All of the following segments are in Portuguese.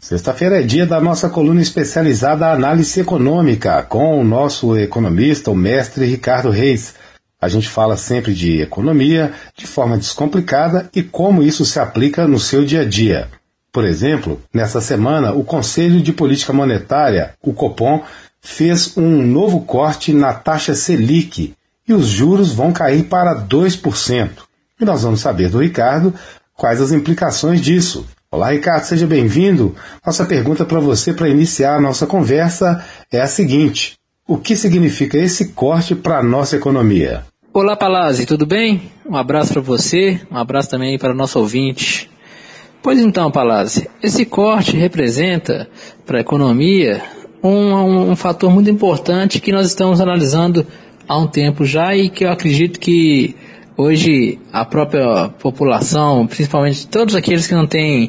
Sexta-feira é dia da nossa coluna especializada Análise Econômica, com o nosso economista, o mestre Ricardo Reis. A gente fala sempre de economia, de forma descomplicada e como isso se aplica no seu dia a dia. Por exemplo, nessa semana, o Conselho de Política Monetária, o Copom, fez um novo corte na taxa Selic e os juros vão cair para 2%. E nós vamos saber do Ricardo quais as implicações disso. Olá, Ricardo, seja bem-vindo. Nossa pergunta para você, para iniciar a nossa conversa, é a seguinte: o que significa esse corte para a nossa economia? Olá, Palazzi, tudo bem? Um abraço para você, um abraço também para o nosso ouvinte. Pois então, Palazzi, esse corte representa para a economia um fator muito importante que nós estamos analisando há um tempo já e que eu acredito que hoje a própria população, principalmente todos aqueles que não têm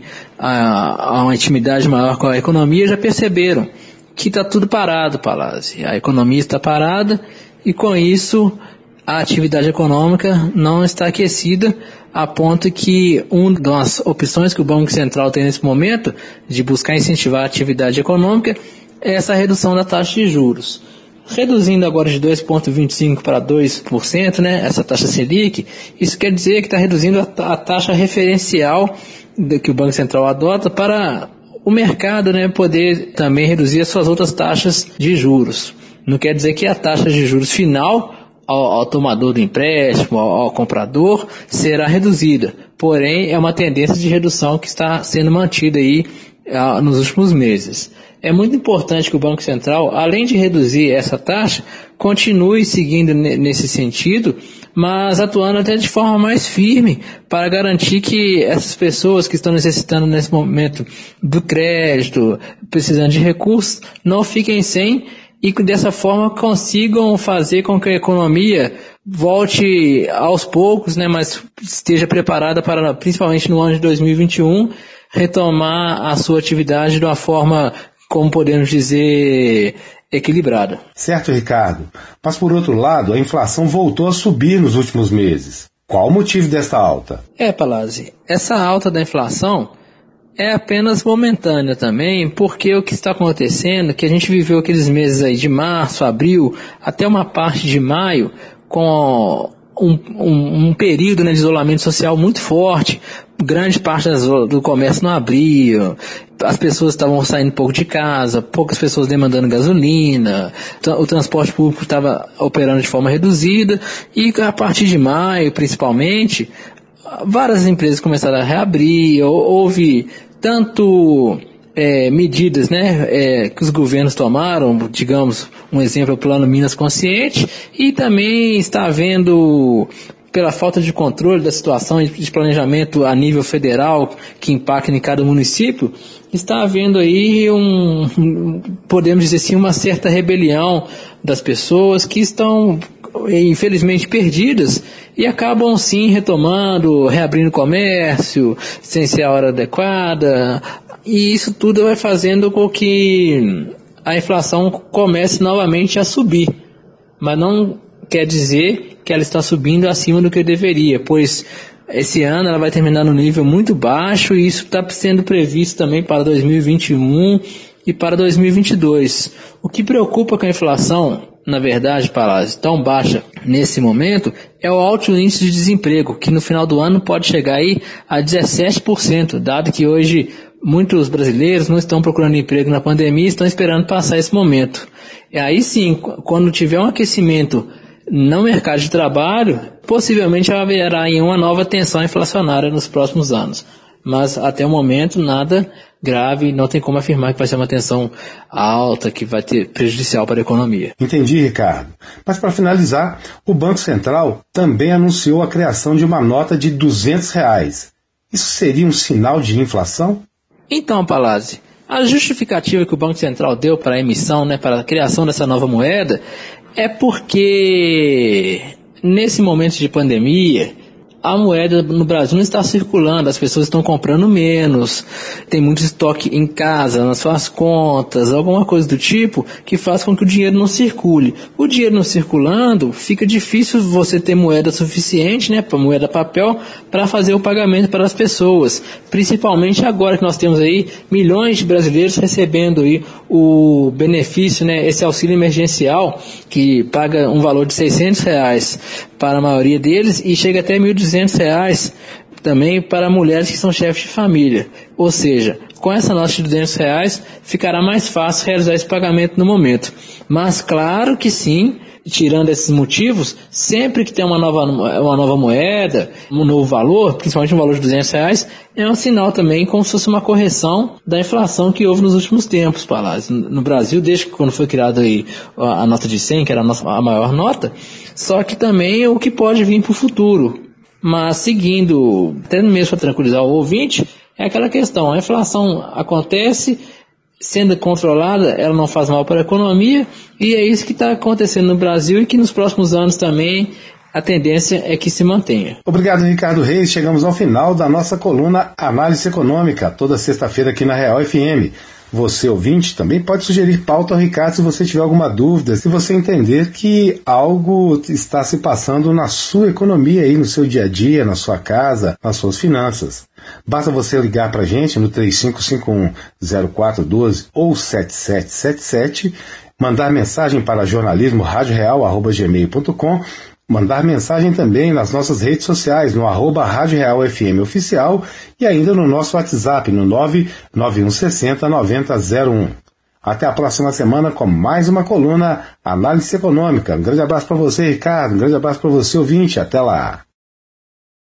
uma intimidade maior com a economia, já perceberam que está tudo parado, Palazzi. A economia está parada e com isso a atividade econômica não está aquecida a ponto que uma das opções que o Banco Central tem nesse momento de buscar incentivar a atividade econômica é essa redução da taxa de juros. Reduzindo agora de 2,25% para 2%, né, essa taxa Selic, isso quer dizer que está reduzindo a taxa referencial que o Banco Central adota para o mercado, né, poder também reduzir as suas outras taxas de juros. Não quer dizer que a taxa de juros final ao tomador do empréstimo, ao comprador, será reduzida. Porém, é uma tendência de redução que está sendo mantida aí nos últimos meses. É muito importante que o Banco Central, além de reduzir essa taxa, continue seguindo nesse sentido, mas atuando até de forma mais firme para garantir que essas pessoas que estão necessitando nesse momento do crédito, precisando de recursos, não fiquem sem e que dessa forma consigam fazer com que a economia volte aos poucos, né, mas esteja preparada para, principalmente no ano de 2021, retomar a sua atividade de uma forma, como podemos dizer, equilibrada. Certo, Ricardo. Mas por outro lado, a inflação voltou a subir nos últimos meses. Qual o motivo desta alta? Palazzi, essa alta da inflação é apenas momentânea também, porque o que está acontecendo é que a gente viveu aqueles meses aí de março, abril, até uma parte de maio, com um período, né, de isolamento social muito forte. Grande parte do comércio não abria, as pessoas estavam saindo pouco de casa, poucas pessoas demandando gasolina, o transporte público estava operando de forma reduzida, e a partir de maio, principalmente, várias empresas começaram a reabrir, houve tanto medidas, né, que os governos tomaram, digamos, um exemplo é o Plano Minas Consciente, e também está havendo, pela falta de controle da situação e de planejamento a nível federal que impacta em cada município, está havendo aí podemos dizer assim, uma certa rebelião das pessoas que estão infelizmente perdidas e acabam sim retomando, reabrindo o comércio sem ser a hora adequada, e isso tudo vai fazendo com que a inflação comece novamente a subir, mas não quer dizer que ela está subindo acima do que deveria, pois esse ano ela vai terminar no nível muito baixo e isso está sendo previsto também para 2021 e para 2022. O que preocupa com a inflação, na verdade, Palazzi, tão baixa nesse momento, é o alto índice de desemprego, que no final do ano pode chegar aí a 17%, dado que hoje muitos brasileiros não estão procurando emprego na pandemia e estão esperando passar esse momento. E aí sim, quando tiver um aquecimento no mercado de trabalho, possivelmente haverá aí uma nova tensão inflacionária nos próximos anos. Mas até o momento nada grave, não tem como afirmar que vai ser uma tensão alta, que vai ter prejudicial para a economia. Entendi, Ricardo. Mas para finalizar, o Banco Central também anunciou a criação de uma nota de R$200. Isso seria um sinal de inflação? Então, Palazzi, a justificativa que o Banco Central deu para a emissão, né, para a criação dessa nova moeda, é porque nesse momento de pandemia, a moeda no Brasil não está circulando, as pessoas estão comprando menos, tem muito estoque em casa, nas suas contas, alguma coisa do tipo que faz com que o dinheiro não circule. O dinheiro não circulando, fica difícil você ter moeda suficiente, né, para moeda papel, para fazer o pagamento para as pessoas, principalmente agora que nós temos aí milhões de brasileiros recebendo aí o benefício, né, esse auxílio emergencial, que paga um valor de R$600 para a maioria deles e chega até R$1.200 também para mulheres que são chefes de família. Ou seja, com essa nota de R$200 ficará mais fácil realizar esse pagamento no momento. Mas claro que sim, tirando esses motivos, sempre que tem uma nova moeda, um novo valor, principalmente um valor de R$200, é um sinal também como se fosse uma correção da inflação que houve nos últimos tempos, Palazzo. No Brasil, desde quando foi criada aí a nota de 100, que era a maior nota, só que também é o que pode vir para o futuro. Mas seguindo, até mesmo para tranquilizar o ouvinte, é aquela questão, a inflação acontece, sendo controlada, ela não faz mal para a economia, e é isso que está acontecendo no Brasil e que nos próximos anos também a tendência é que se mantenha. Obrigado, Ricardo Reis. Chegamos ao final da nossa coluna Análise Econômica, toda sexta-feira aqui na Real FM. Você, ouvinte, também pode sugerir pauta ao Ricardo se você tiver alguma dúvida, se você entender que algo está se passando na sua economia, aí, no seu dia a dia, na sua casa, nas suas finanças. Basta você ligar para a gente no 3551-0412 ou 7777, mandar mensagem para jornalismo@radioreal@gmail.com, mandar mensagem também nas nossas redes sociais, no @Rádio Real FM Oficial e ainda no nosso WhatsApp, no 99160-9001. Até a próxima semana com mais uma coluna Análise Econômica. Um grande abraço para você, Ricardo. Um grande abraço para você, ouvinte. Até lá.